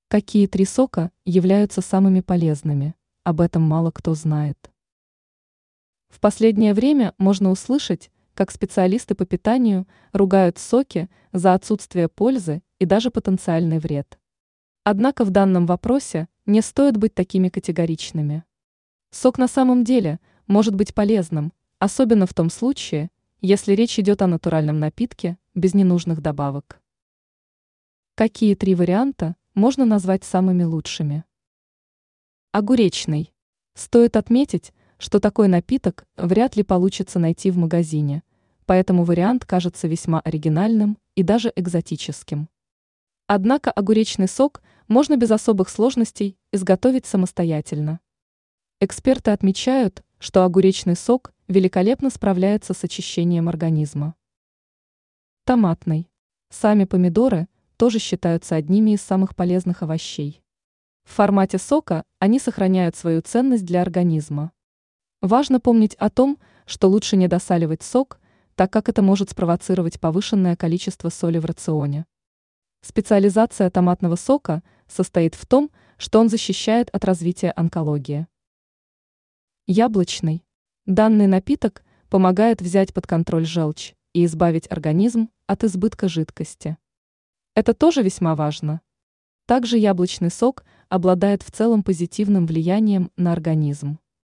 Какие три сока являются самыми полезными? Об этом мало кто знает. В последнее время можно услышать, как специалисты по питанию ругают соки за отсутствие пользы и даже потенциальный вред. Однако в данном вопросе не стоит быть такими категоричными. Сок на самом деле может быть полезным, особенно в том случае, если речь идет о натуральном напитке без ненужных добавок. Какие три варианта можно назвать самыми лучшими? Огуречный. Стоит отметить, что такой напиток вряд ли получится найти в магазине, поэтому вариант кажется весьма оригинальным и даже экзотическим. Однако огуречный сок можно без особых сложностей изготовить самостоятельно. Эксперты отмечают, что огуречный сок великолепно справляется с очищением организма. Томатный. Сами помидоры тоже считаются одними из самых полезных овощей. В формате сока они сохраняют свою ценность для организма. Важно помнить о том, что лучше не досаливать сок, так как это может спровоцировать повышенное количество соли в рационе. Специализация томатного сока состоит в том, что он защищает от развития онкологии. Яблочный. Данный напиток помогает взять под контроль желчь и избавить организм от избытка жидкости. Это тоже весьма важно. Также яблочный сок обладает в целом позитивным влиянием на организм.